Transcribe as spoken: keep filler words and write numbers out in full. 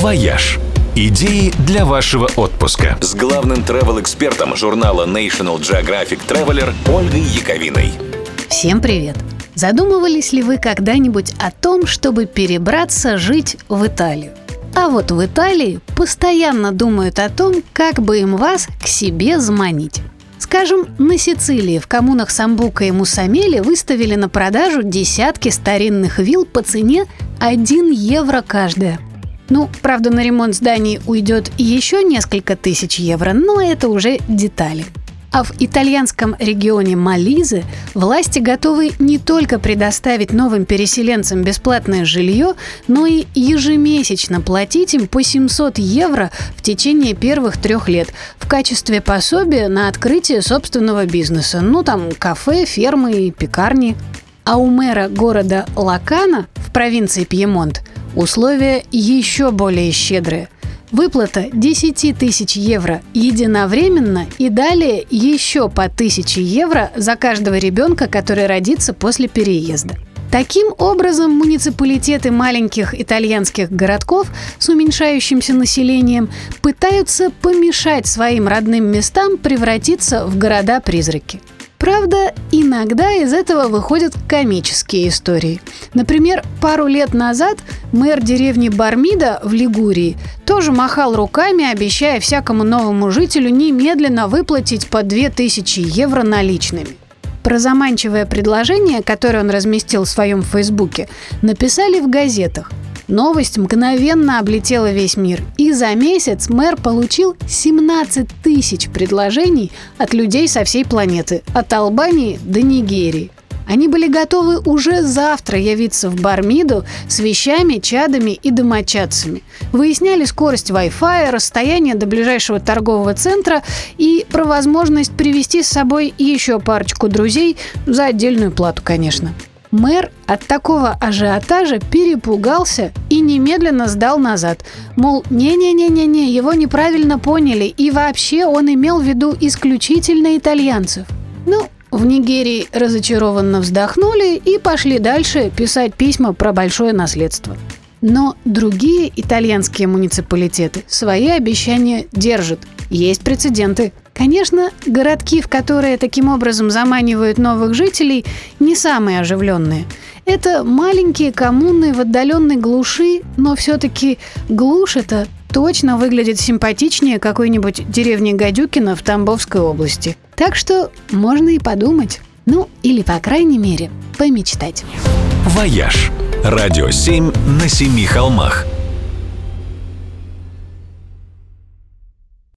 «Вояж». Идеи для вашего отпуска. С главным travel-экспертом журнала National Geographic Traveler Ольгой Яковиной. Всем привет! Задумывались ли вы когда-нибудь о том, чтобы перебраться жить в Италию? А вот в Италии постоянно думают о том, как бы им вас к себе заманить. Скажем, на Сицилии в коммунах Самбука и Муссамели выставили на продажу десятки старинных вилл по цене один евро каждая. Ну, правда, на ремонт зданий уйдет еще несколько тысяч евро, но это уже детали. А в итальянском регионе Молизе власти готовы не только предоставить новым переселенцам бесплатное жилье, но и ежемесячно платить им по семьсот евро в течение первых трех лет в качестве пособия на открытие собственного бизнеса. Ну, там, кафе, фермы и пекарни. А у мэра города Локано в провинции Пьемонт условия еще более щедрые. Выплата десять тысяч евро единовременно и далее еще по тысяче евро за каждого ребенка, который родится после переезда. Таким образом, муниципалитеты маленьких итальянских городков с уменьшающимся населением пытаются помешать своим родным местам превратиться в города-призраки. Правда, иногда из этого выходят комические истории. Например, пару лет назад мэр деревни Бармида в Лигурии тоже махал руками, обещая всякому новому жителю немедленно выплатить по две тысячи евро наличными. Про заманчивое предложение, которое он разместил в своем фейсбуке, написали в газетах. Новость мгновенно облетела весь мир, и за месяц мэр получил семнадцать тысяч предложений от людей со всей планеты, от Албании до Нигерии. Они были готовы уже завтра явиться в Бармиду с вещами, чадами и домочадцами. Выясняли скорость Wi-Fi, расстояние до ближайшего торгового центра и про возможность привезти с собой еще парочку друзей за отдельную плату, конечно. Мэр от такого ажиотажа перепугался и немедленно сдал назад. Мол, не-не-не-не-не, его неправильно поняли, и вообще он имел в виду исключительно итальянцев. Ну, в Нигерии разочарованно вздохнули и пошли дальше писать письма про большое наследство. Но другие итальянские муниципалитеты свои обещания держат. Есть прецеденты. Конечно, городки, в которые таким образом заманивают новых жителей, не самые оживленные. Это маленькие коммуны в отдаленной глуши, но все-таки глушь эта точно выглядит симпатичнее какой-нибудь деревни Гадюкино в Тамбовской области. Так что можно и подумать. Ну, или, по крайней мере, помечтать. «Вояж». Радио семь на семи холмах.